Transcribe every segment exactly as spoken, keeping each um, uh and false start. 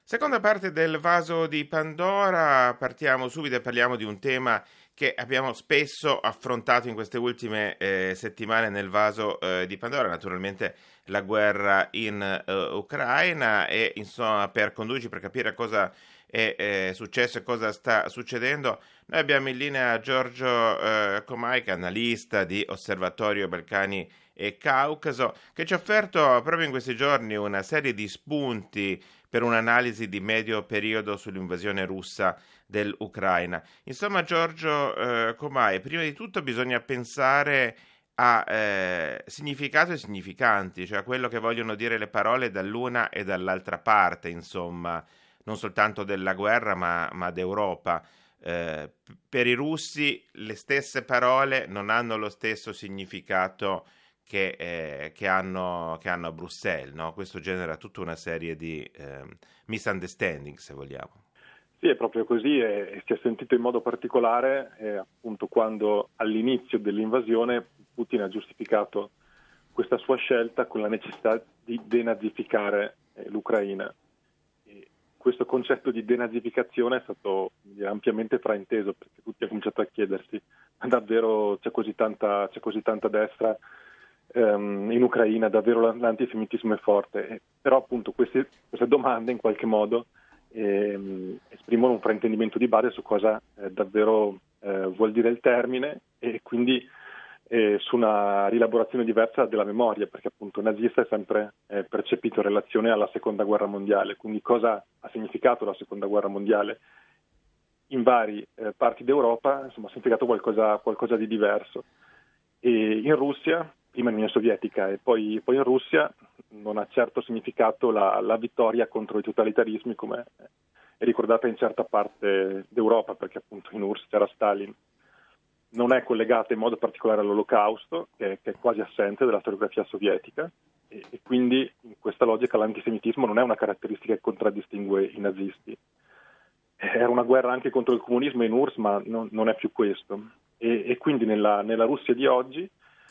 Seconda parte del vaso di Pandora, partiamo subito e parliamo di un tema che abbiamo spesso affrontato in queste ultime eh, settimane nel vaso eh, di Pandora, naturalmente la guerra in eh, Ucraina e insomma per condurci, per capire cosa è eh, successo e cosa sta succedendo, noi abbiamo in linea Giorgio eh, Comaica, analista di Osservatorio Balcani e Caucaso, che ci ha offerto proprio in questi giorni una serie di spunti per un'analisi di medio periodo sull'invasione russa dell'Ucraina. Insomma, Giorgio eh, Comai, prima di tutto bisogna pensare a eh, significato e significanti, cioè a quello che vogliono dire le parole dall'una e dall'altra parte, insomma, non soltanto della guerra, ma, ma d'Europa. Eh, per i russi le stesse parole non hanno lo stesso significato che, eh, che, hanno, che hanno a Bruxelles, no? Questo genera tutta una serie di eh, misunderstanding, se vogliamo. Sì, è proprio così e si è sentito in modo particolare eh, appunto quando all'inizio dell'invasione Putin ha giustificato questa sua scelta con la necessità di denazificare eh, l'Ucraina. E questo concetto di denazificazione è stato dire, ampiamente frainteso, perché tutti hanno cominciato a chiedersi ma davvero c'è così tanta, c'è così tanta destra um, in Ucraina, davvero l'antisemitismo è forte. E, però appunto queste, queste domande in qualche modo ehm, esprimono un fraintendimento di base su cosa eh, davvero eh, vuol dire il termine e quindi eh, su una rielaborazione diversa della memoria, perché appunto nazista è sempre eh, percepito in relazione alla seconda guerra mondiale, quindi cosa ha significato la seconda guerra mondiale in varie eh, parti d'Europa, insomma ha significato qualcosa, qualcosa di diverso. E in Russia, prima in Unione Sovietica e poi, poi in Russia, non ha certo significato la, la vittoria contro i totalitarismi come è ricordata in certa parte d'Europa, perché appunto in U R S S c'era Stalin. Non è collegata in modo particolare all'Olocausto, che, che è quasi assente della storiografia sovietica, e, e quindi in questa logica l'antisemitismo non è una caratteristica che contraddistingue i nazisti. Era una guerra anche contro il comunismo in U R S S, ma non, non è più questo. E, e quindi nella, nella Russia di oggi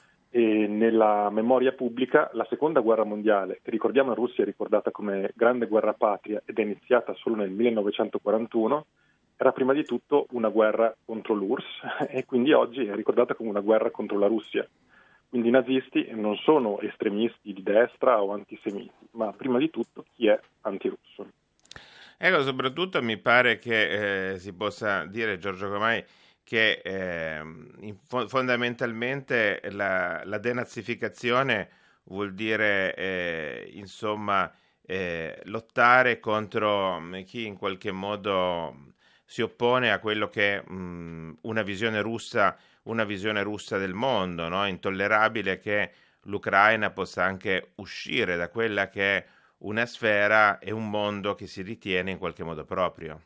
e nella memoria pubblica la seconda guerra mondiale, che ricordiamo in Russia è ricordata come grande guerra patria ed è iniziata solo nel millenovecentoquarantuno, era prima di tutto una guerra contro l'U R S S e quindi oggi è ricordata come una guerra contro la Russia. Quindi i nazisti non sono estremisti di destra o antisemiti, ma prima di tutto chi è antirusso. Ecco, soprattutto mi pare che eh, si possa dire, Giorgio Comai, che eh, in, fondamentalmente la, la denazificazione vuol dire eh, insomma eh, lottare contro chi in qualche modo si oppone a quello che è mh, una visione russa, una visione russa del mondo, no? Intollerabile che l'Ucraina possa anche uscire da quella che è una sfera e un mondo che si ritiene in qualche modo proprio.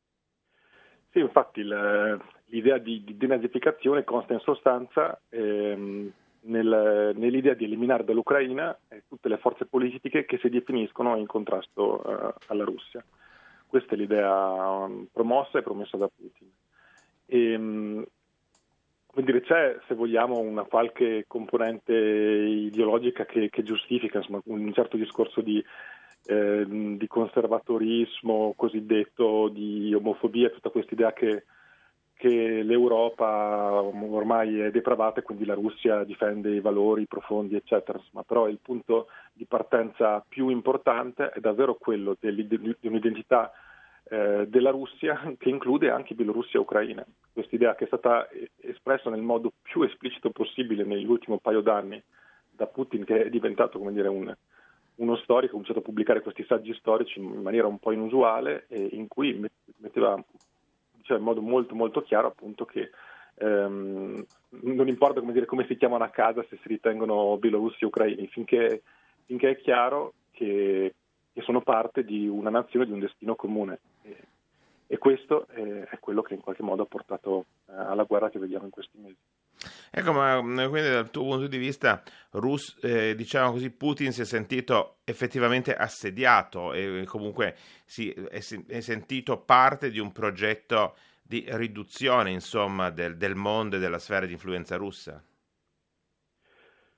Sì, infatti il, l'idea di, di denazificazione consta in sostanza ehm, nel, nell'idea di eliminare dall'Ucraina eh, tutte le forze politiche che si definiscono in contrasto eh, alla Russia. Questa è l'idea um, promossa e promessa da Putin. E, um, come dire, c'è, se vogliamo, una qualche componente ideologica che, che giustifica insomma, un certo discorso di, eh, di conservatorismo cosiddetto, di omofobia, tutta questa idea che, che l'Europa ormai è depravata e quindi la Russia difende i valori profondi, eccetera. Insomma, però il punto di partenza più importante è davvero quello di un'identità eh, della Russia che include anche Bielorussia e Ucraina. Questa idea che è stata espressa nel modo più esplicito possibile nell'ultimo paio d'anni da Putin, che è diventato, come dire, un, uno storico, ha cominciato a pubblicare questi saggi storici in maniera un po' inusuale e in cui metteva cioè in modo molto molto chiaro appunto che ehm, non importa come dire come si chiamano a casa se si ritengono bielorussi o ucraini, finché, finché è chiaro che, che sono parte di una nazione, di un destino comune. E, e questo è, è quello che in qualche modo ha portato eh, alla guerra che vediamo in questi mesi. Ecco, ma quindi dal tuo punto di vista, Rus, eh, diciamo così, Putin si è sentito effettivamente assediato e comunque si è, è sentito parte di un progetto di riduzione, insomma, del, del mondo e della sfera di influenza russa? Sì,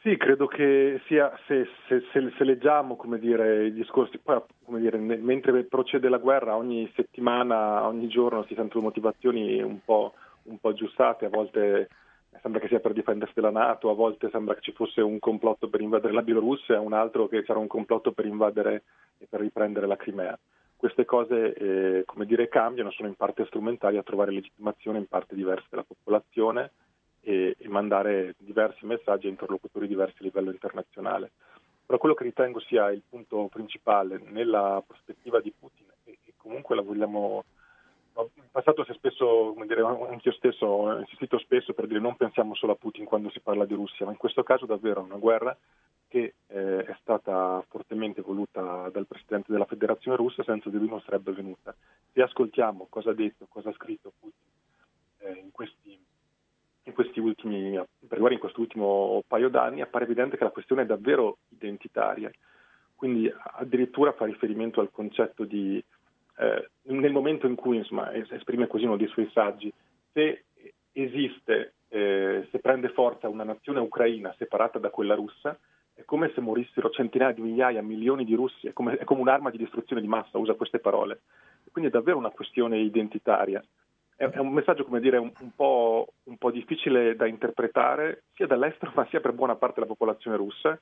Sì, credo che sia, se, se, se, se leggiamo, come dire, i discorsi, poi, come dire, ne- mentre procede la guerra, ogni settimana, ogni giorno si sentono motivazioni un po', un po' aggiustate, a volte sembra che sia per difendersi dalla NATO, a volte sembra che ci fosse un complotto per invadere la Bielorussia, un altro che c'era un complotto per invadere e per riprendere la Crimea. Queste cose, eh, come dire, cambiano, sono in parte strumentali a trovare legittimazione in parte diverse della popolazione e, e mandare diversi messaggi a interlocutori diversi a livello internazionale. Però quello che ritengo sia il punto principale nella prospettiva di Putin, e, e comunque la vogliamo... In passato si è spesso, come dire, anche io stesso ho insistito spesso per dire non pensiamo solo a Putin quando si parla di Russia, ma in questo caso davvero è una guerra che eh, è stata fortemente voluta dal presidente della Federazione Russa, senza di lui non sarebbe venuta. Se ascoltiamo cosa ha detto, cosa ha scritto Putin eh, in questi in questi ultimi, per in quest'ultimo paio d'anni, appare evidente che la questione è davvero identitaria. Quindi addirittura fa riferimento al concetto di, eh, nel momento in cui insomma, esprime così uno dei suoi saggi, se esiste, eh, se prende forza una nazione ucraina separata da quella russa, è come se morissero centinaia di migliaia, milioni di russi, è come, è come un'arma di distruzione di massa, usa queste parole. Quindi è davvero una questione identitaria. È un messaggio, come dire, un, un, po', un po' difficile da interpretare sia dall'estero ma sia per buona parte della popolazione russa,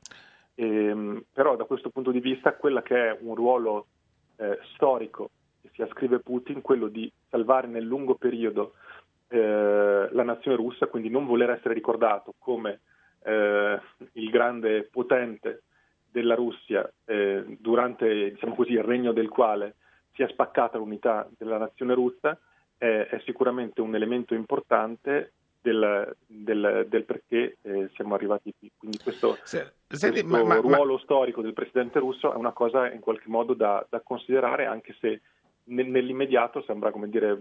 e, però da questo punto di vista quella che è un ruolo eh, storico che si ascrive Putin, quello di salvare nel lungo periodo eh, la nazione russa, quindi non voler essere ricordato come eh, il grande potente della Russia eh, durante, diciamo così, il regno del quale si è spaccata l'unità della nazione russa, è, è sicuramente un elemento importante del, del, del perché eh, siamo arrivati qui. Quindi questo, Se, questo senti, ma, ma, ruolo ma... storico del presidente russo è una cosa in qualche modo da, da considerare, anche se ne, nell'immediato sembra, come dire,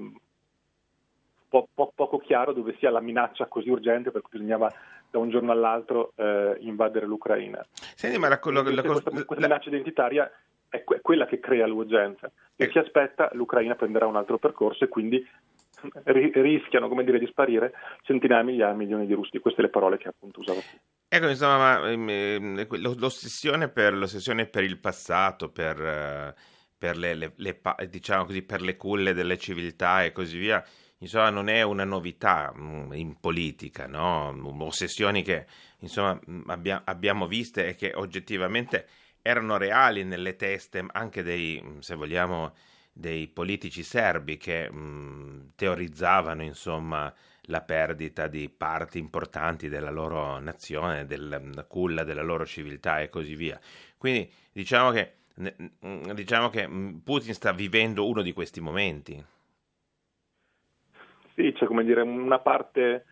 po, po, poco chiaro dove sia la minaccia così urgente per cui bisognava da un giorno all'altro eh, invadere l'Ucraina. Senti, ma la, la, la, questa, la, questa la... minaccia identitaria è que- quella che crea l'urgenza. Se si aspetta, l'Ucraina prenderà un altro percorso e quindi ri- rischiano, come dire, di sparire centinaia, migliaia, milioni di russi. Queste le parole che appunto usavo. Ecco, insomma, ma, ehm, l'ossessione per, l'ossessione per il passato, per, eh, per le, le, le, diciamo così, per le culle delle civiltà e così via, insomma, non è una novità mh, in politica, no? Ossessioni che, insomma, abbia, abbiamo viste e che oggettivamente erano reali nelle teste anche dei, se vogliamo, dei politici serbi che mh, teorizzavano, insomma, la perdita di parti importanti della loro nazione, della culla della loro civiltà e così via. Quindi diciamo che, diciamo che Putin sta vivendo uno di questi momenti. Sì, c'è, come dire, una parte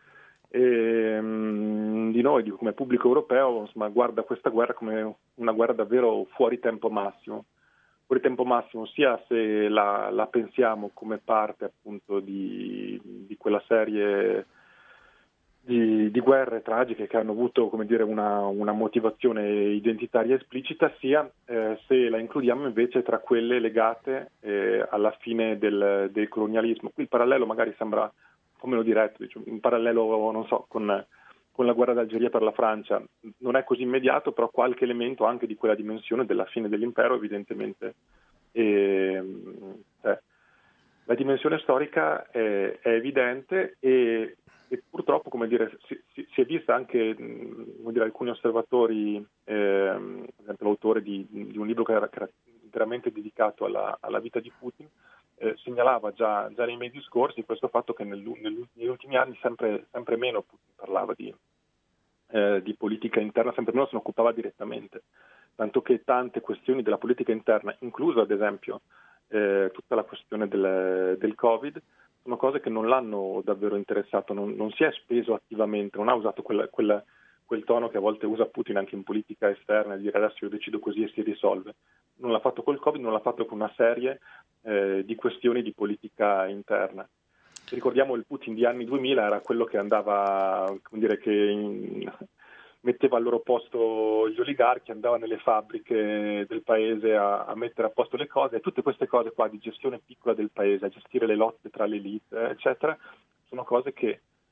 ehm, di noi, di, come pubblico europeo, insomma, guarda questa guerra come una guerra davvero fuori tempo massimo. Fuori tempo massimo sia se la, la pensiamo come parte appunto di, di quella serie di, di guerre tragiche che hanno avuto, come dire, una, una motivazione identitaria esplicita, sia eh, se la includiamo invece tra quelle legate eh, alla fine del, del colonialismo. Qui il parallelo magari sembra un po' meno diretto, diciamo, un parallelo, non so, con, con la guerra d'Algeria per la Francia. Non è così immediato, però qualche elemento anche di quella dimensione della fine dell'impero evidentemente. E, eh, la dimensione storica è, è evidente e, e purtroppo, come dire, si, si, si è vista anche, come dire, alcuni osservatori, eh, per esempio l'autore di, di un libro che era, che era interamente dedicato alla, alla vita di Putin, eh, segnalava già, già nei mesi scorsi questo fatto che nel, nel, negli ultimi anni sempre, sempre meno Putin parlava di, eh, di politica interna, sempre meno se ne occupava direttamente, tanto che tante questioni della politica interna, incluso ad esempio eh, tutta la questione del, del Covid, sono cose che non l'hanno davvero interessato, non, non si è speso attivamente, non ha usato quella, quella, quel tono che a volte usa Putin anche in politica esterna, di dire adesso io decido così e si risolve. Non l'ha fatto col Covid, non l'ha fatto con una serie eh, di questioni di politica interna. Se ricordiamo il Putin di anni duemila era quello che andava, come dire, che in, metteva al loro posto gli oligarchi, andava nelle fabbriche del paese a, a mettere a posto le cose, e tutte queste cose qua di gestione piccola del paese, a gestire le lotte tra le elite, eccetera, sono cose che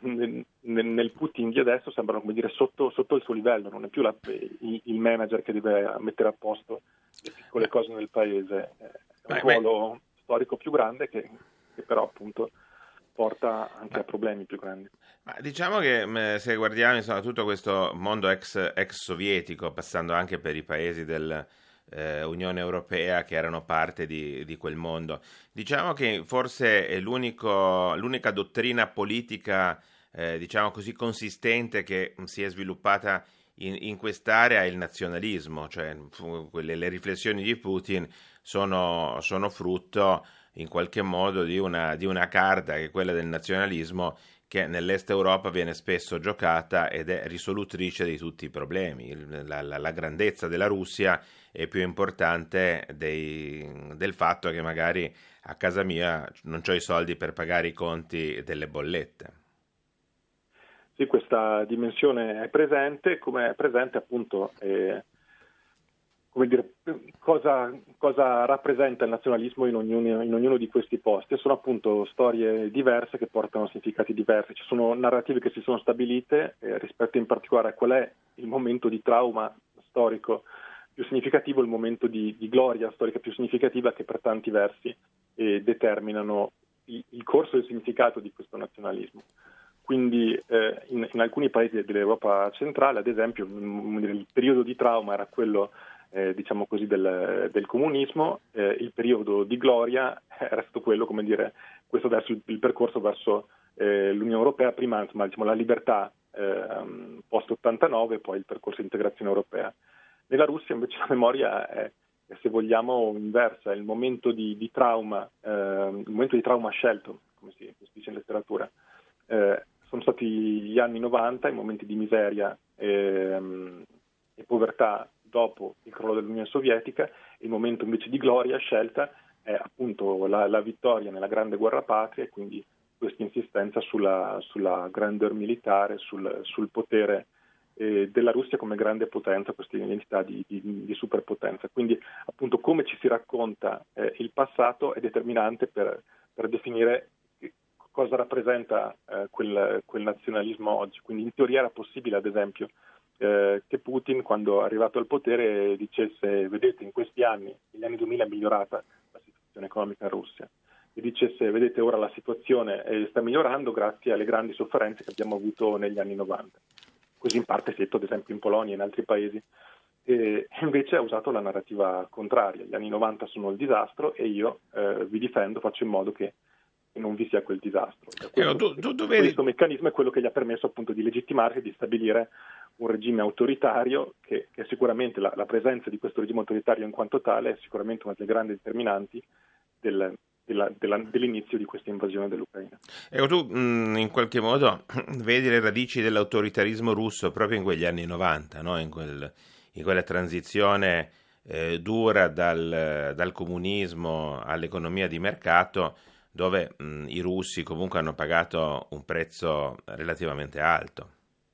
nel, nel Putin di adesso sembrano, come dire, sotto, sotto il suo livello, non è più la, il, il manager che deve mettere a posto le piccole cose nel paese, è un beh, ruolo beh. storico più grande che, che però appunto porta anche a problemi più grandi. Ma diciamo che mh, se guardiamo insomma, tutto questo mondo ex, ex sovietico, passando anche per i paesi dell'Unione Europea che erano parte di, di quel mondo, diciamo che forse è l'unico, l'unica dottrina politica, eh, diciamo così, consistente che mh, si è sviluppata in, in quest'area è il nazionalismo, cioè fu- quelle, le riflessioni di Putin sono, sono frutto in qualche modo di una, di una carta che è quella del nazionalismo che nell'est Europa viene spesso giocata ed è risolutrice di tutti i problemi. Il- La, la- la grandezza della Russia è più importante dei- del fatto che magari a casa mia non ho i soldi per pagare i conti delle bollette. Sì, questa dimensione è presente, come è presente appunto, eh, come dire, cosa, cosa rappresenta il nazionalismo in ognuno, in ognuno di questi posti. Sono appunto storie diverse che portano significati diversi, ci sono narrative che si sono stabilite eh, rispetto in particolare a qual è il momento di trauma storico più significativo, il momento di, di gloria storica più significativa che per tanti versi eh, determinano il, il corso e il significato di questo nazionalismo. Quindi eh, in, in alcuni paesi dell'Europa centrale, ad esempio, il periodo di trauma era quello eh, diciamo così, del, del comunismo, eh, il periodo di gloria era stato quello, come dire, questo verso il, il percorso verso eh, l'Unione Europea, prima insomma, diciamo, la libertà eh, post ottantanove, poi il percorso di integrazione europea. Nella Russia invece la memoria è, è, se vogliamo, inversa, il momento di, di trauma, eh, il momento di trauma scelto, come si, come si dice in letteratura. Eh, sono stati gli anni novanta, i momenti di miseria e, e povertà dopo il crollo dell'Unione Sovietica, il momento invece di gloria scelta è appunto la, la vittoria nella grande guerra patria e quindi questa insistenza sulla, sulla grandeur militare, sul, sul potere eh, della Russia come grande potenza, questa identità di, di, di superpotenza. Quindi appunto come ci si racconta eh, il passato è determinante per, per definire cosa rappresenta eh, quel, quel nazionalismo oggi. Quindi in teoria era possibile, ad esempio, eh, che Putin, quando è arrivato al potere, dicesse: vedete, in questi anni, negli anni duemila è migliorata la situazione economica in Russia, e dicesse: vedete, ora la situazione eh, sta migliorando grazie alle grandi sofferenze che abbiamo avuto negli anni novanta. Così in parte si è detto, ad esempio, in Polonia e in altri paesi. E invece ha usato la narrativa contraria. Gli anni novanta sono il disastro e io eh, vi difendo, faccio in modo che non vi sia quel disastro. Questo, tu, tu, tu questo vedi... meccanismo è quello che gli ha permesso appunto di legittimarsi e di stabilire un regime autoritario che, che sicuramente la, la presenza di questo regime autoritario in quanto tale è sicuramente una delle grandi determinanti del, della, della, dell'inizio di questa invasione dell'Ucraina. Ecco, tu mh, in qualche modo vedi le radici dell'autoritarismo russo proprio in quegli anni novanta, no? in, quel, in quella transizione eh, dura dal, dal comunismo all'economia di mercato, dove mh, i russi comunque hanno pagato un prezzo relativamente alto.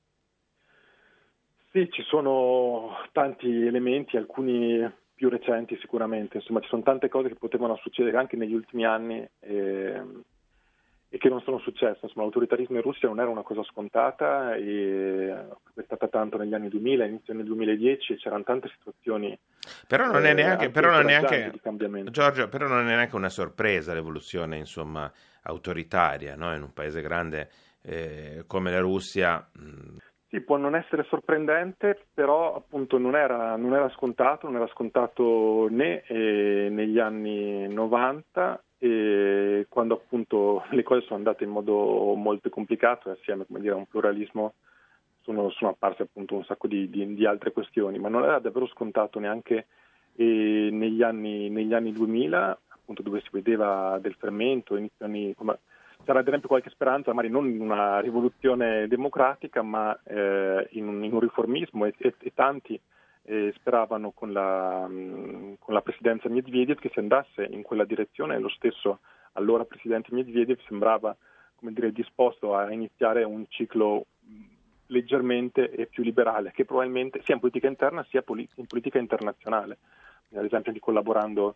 Sì, ci sono tanti elementi, alcuni più recenti sicuramente, insomma ci sono tante cose che potevano succedere anche negli ultimi anni e, e che non sono successe. Insomma, l'autoritarismo in Russia non era una cosa scontata e è stata tanto negli anni duemila, inizio nel duemiladieci, e c'erano tante situazioni. Però non è neanche, eh, però non è neanche di cambiamento. Giorgio, però non è neanche una sorpresa l'evoluzione, insomma, autoritaria, no? In un paese grande eh, come la Russia. Mh. Sì, può non essere sorprendente, però appunto non era, non era scontato, non era scontato né eh, negli anni novanta, e quando appunto le cose sono andate in modo molto complicato e assieme, come dire, a un pluralismo sono, sono apparse appunto un sacco di, di, di altre questioni, ma non era davvero scontato neanche eh, negli anni, negli anni duemila, appunto dove si vedeva del fermento, inizio anni, come, c'era ad esempio qualche speranza, magari non in una rivoluzione democratica, ma eh, in, un, in un riformismo e, e, e tanti eh, speravano con la, mh, con la presidenza Medvedev che si andasse in quella direzione, e lo stesso allora presidente Medvedev sembrava, come dire, disposto a iniziare un ciclo leggermente e più liberale, che probabilmente sia in politica interna sia in politica internazionale, ad esempio anche collaborando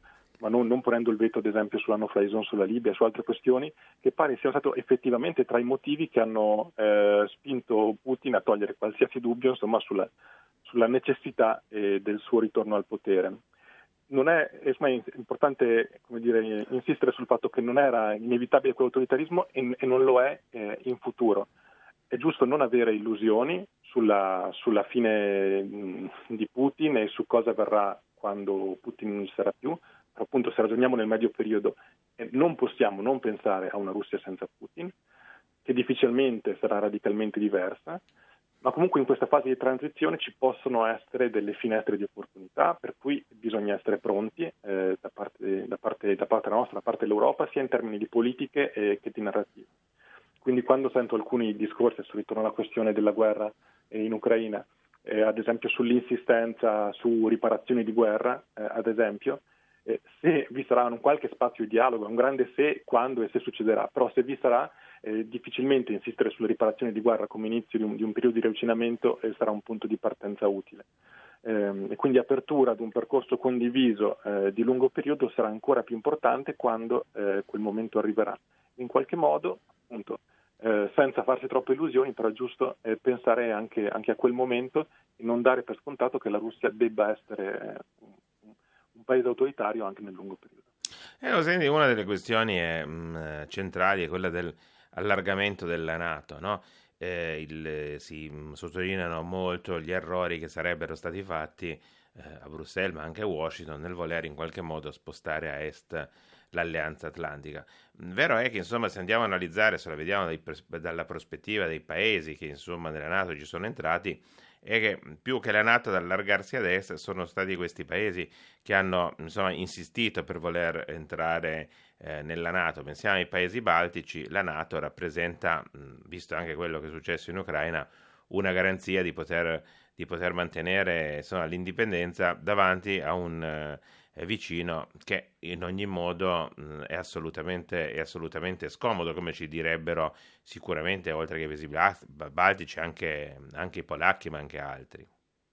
insomma, non, non ponendo il veto ad esempio sulla no-fly zone sulla Libia, su altre questioni, che pare sia stato effettivamente tra i motivi che hanno eh, spinto Putin a togliere qualsiasi dubbio, insomma, sulla, sulla necessità eh, del suo ritorno al potere. Non è, insomma, è importante, come dire, insistere sul fatto che non era inevitabile quell'autoritarismo e, e non lo è eh, in futuro. È giusto non avere illusioni sulla, sulla fine mh, di Putin e su cosa avverrà quando Putin non ci sarà più, però appunto se ragioniamo nel medio periodo eh, non possiamo non pensare a una Russia senza Putin, che difficilmente sarà radicalmente diversa, ma comunque in questa fase di transizione ci possono essere delle finestre di opportunità, per cui bisogna essere pronti eh, da, parte, da, parte, da parte nostra, da parte dell'Europa, sia in termini di politiche eh, che di narrative. Quindi quando sento alcuni discorsi sul ritorno alla questione della guerra in Ucraina, eh, ad esempio sull'insistenza su riparazioni di guerra, eh, ad esempio, eh, se vi sarà un qualche spazio di dialogo, è un grande se, quando e se succederà, però se vi sarà, eh, difficilmente insistere sulle riparazioni di guerra come inizio di un, di un periodo di ravvicinamento eh, sarà un punto di partenza utile. Eh, e quindi apertura ad un percorso condiviso eh, di lungo periodo sarà ancora più importante quando eh, quel momento arriverà. In qualche modo, appunto, Eh, senza farsi troppe illusioni, però è giusto eh, pensare anche, anche a quel momento e non dare per scontato che la Russia debba essere eh, un, un paese autoritario anche nel lungo periodo. Eh, lo senti, una delle questioni è, mh, centrali è quella dell'allargamento della NATO, no? Eh, il, si mh, sottolineano molto gli errori che sarebbero stati fatti eh, a Bruxelles, ma anche a Washington, nel voler in qualche modo spostare a est l'alleanza atlantica. Vero è che, insomma, se andiamo a analizzare, se la vediamo dai, dalla prospettiva dei paesi che, insomma, nella NATO ci sono entrati, è che più che la NATO ad allargarsi ad est sono stati questi paesi che hanno, insomma, insistito per voler entrare eh, nella NATO. Pensiamo ai paesi baltici, la NATO rappresenta, mh, visto anche quello che è successo in Ucraina, una garanzia di poter, di poter mantenere, insomma, l'indipendenza davanti a un eh, vicino che in ogni modo mh, è assolutamente, è assolutamente scomodo, come ci direbbero sicuramente, oltre che i paesi baltici, anche, anche i polacchi, ma anche altri.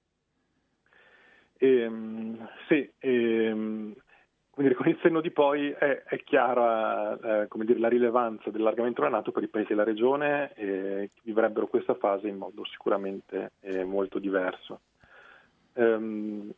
Ehm, sì, ehm, quindi con il senno di poi è, è chiara eh, come dire, la rilevanza dell'allargamento della NATO per i paesi della regione eh, che vivrebbero questa fase in modo sicuramente eh, molto diverso. Ehm,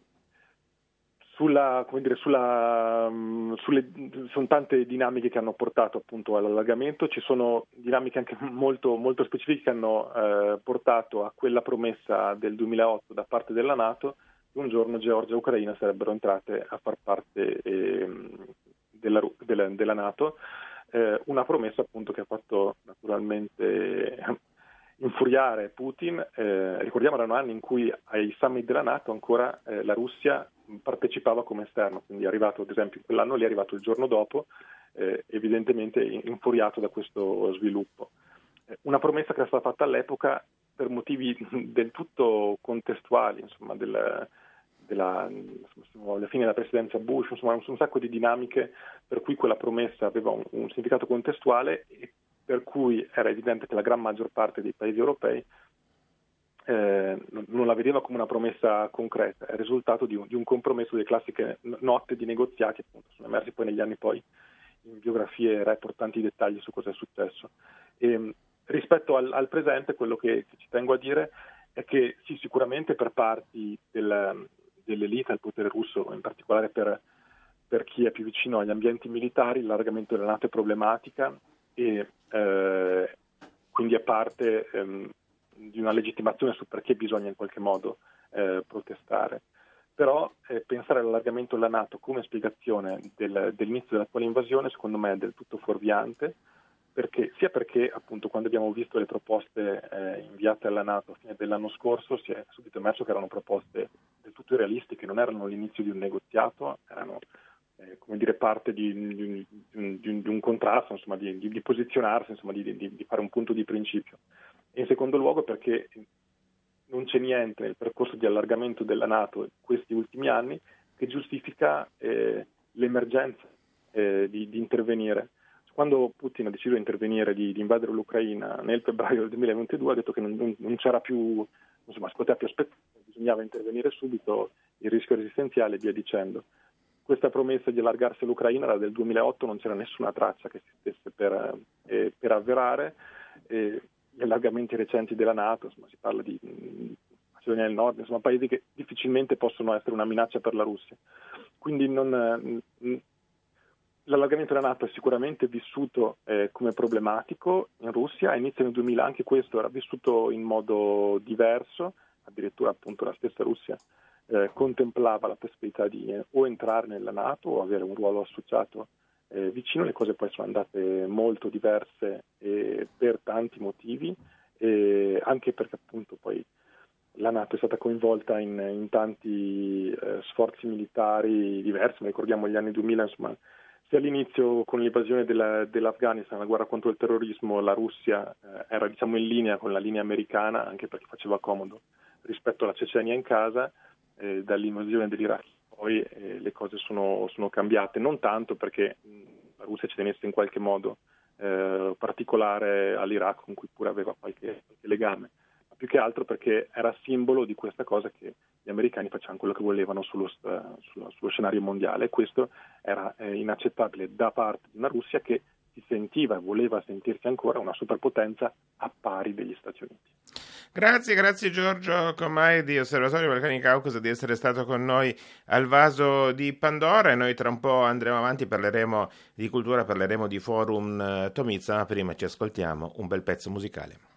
Sulla, come dire, sulla, um, sulle, sono tante dinamiche che hanno portato appunto all'allargamento, ci sono dinamiche anche molto, molto specifiche che hanno eh, portato a quella promessa del duemilaotto da parte della NATO che un giorno Georgia e Ucraina sarebbero entrate a far parte eh, della, della, della NATO, eh, una promessa appunto che ha fatto naturalmente infuriare Putin. Eh, ricordiamo erano anni in cui ai summit della NATO ancora eh, la Russia partecipava come esterno, quindi è arrivato ad esempio in quell'anno lì, è arrivato il giorno dopo, eh, evidentemente infuriato da questo sviluppo. Eh, una promessa che era stata fatta all'epoca per motivi del tutto contestuali, insomma, del, della, insomma, alla fine della presidenza Bush, insomma, un, un sacco di dinamiche per cui quella promessa aveva un, un significato contestuale e per cui era evidente che la gran maggior parte dei paesi europei eh, non la vedeva come una promessa concreta, è il risultato di un, di un compromesso delle classiche notte di negoziati, appunto, sono emersi poi negli anni poi in biografie e report tanti dettagli su cosa è successo. E, rispetto al, al presente, quello che, che ci tengo a dire è che sì, sicuramente per parti del, dell'elite al potere russo, in particolare per, per chi è più vicino agli ambienti militari, l'allargamento della NATO è problematica e eh, quindi è parte ehm, di una legittimazione su perché bisogna in qualche modo eh, protestare. Però eh, pensare all'allargamento della NATO come spiegazione del, dell'inizio dell'attuale invasione secondo me è del tutto fuorviante, perché, sia perché appunto quando abbiamo visto le proposte eh, inviate alla NATO a fine dell'anno scorso si è subito emerso che erano proposte del tutto irrealistiche, non erano l'inizio di un negoziato, erano eh, come dire parte di, di, di, di, di un contrasto, insomma, di, di, di posizionarsi, insomma, di, di, di fare un punto di principio. E in secondo luogo perché non c'è niente nel percorso di allargamento della NATO in questi ultimi anni che giustifica eh, l'emergenza eh, di, di intervenire. Quando Putin ha deciso di intervenire, di, di invadere l'Ucraina nel febbraio del duemilaventidue, ha detto che non, non, non c'era più, insomma, si poteva più aspettare, bisognava intervenire subito, il rischio resistenziale e via dicendo. questa promessa di allargarsi all'Ucraina era del duemilaotto, non c'era nessuna traccia che si stesse per, eh, per avverare. Eh, gli allargamenti recenti della NATO, insomma, si parla di mh, Macedonia del Nord, insomma paesi che difficilmente possono essere una minaccia per la Russia. Quindi non, mh, l'allargamento della NATO è sicuramente vissuto eh, come problematico in Russia. A inizio del duemila anche questo era vissuto in modo diverso, addirittura appunto la stessa Russia eh, contemplava la possibilità di eh, o entrare nella NATO o avere un ruolo associato eh, vicino. Le cose poi sono andate molto diverse eh, per tanti motivi, eh, anche perché appunto poi la NATO è stata coinvolta in, in tanti eh, sforzi militari diversi. Ricordiamo gli anni duemila, insomma, sia all'inizio con l'invasione della, dell'Afghanistan, la guerra contro il terrorismo, la Russia eh, era diciamo in linea con la linea americana, anche perché faceva comodo rispetto alla Cecenia in casa. Eh, dall'invasione dell'Iraq poi eh, le cose sono, sono cambiate, non tanto perché mh, la Russia ci tenesse in qualche modo eh, particolare all'Iraq, con cui pure aveva qualche, qualche legame, ma più che altro perché era simbolo di questa cosa che gli americani facevano quello che volevano sullo, sullo, sullo scenario mondiale, e questo era eh, inaccettabile da parte di una Russia che si sentiva e voleva sentirsi ancora una superpotenza a pari degli Stati Uniti. Grazie, grazie Giorgio Comai di Osservatorio Balcani Caucaso di essere stato con noi al Vaso di Pandora, e noi tra un po' andremo avanti, parleremo di cultura, parleremo di Forum Tomizza, ma prima ci ascoltiamo un bel pezzo musicale.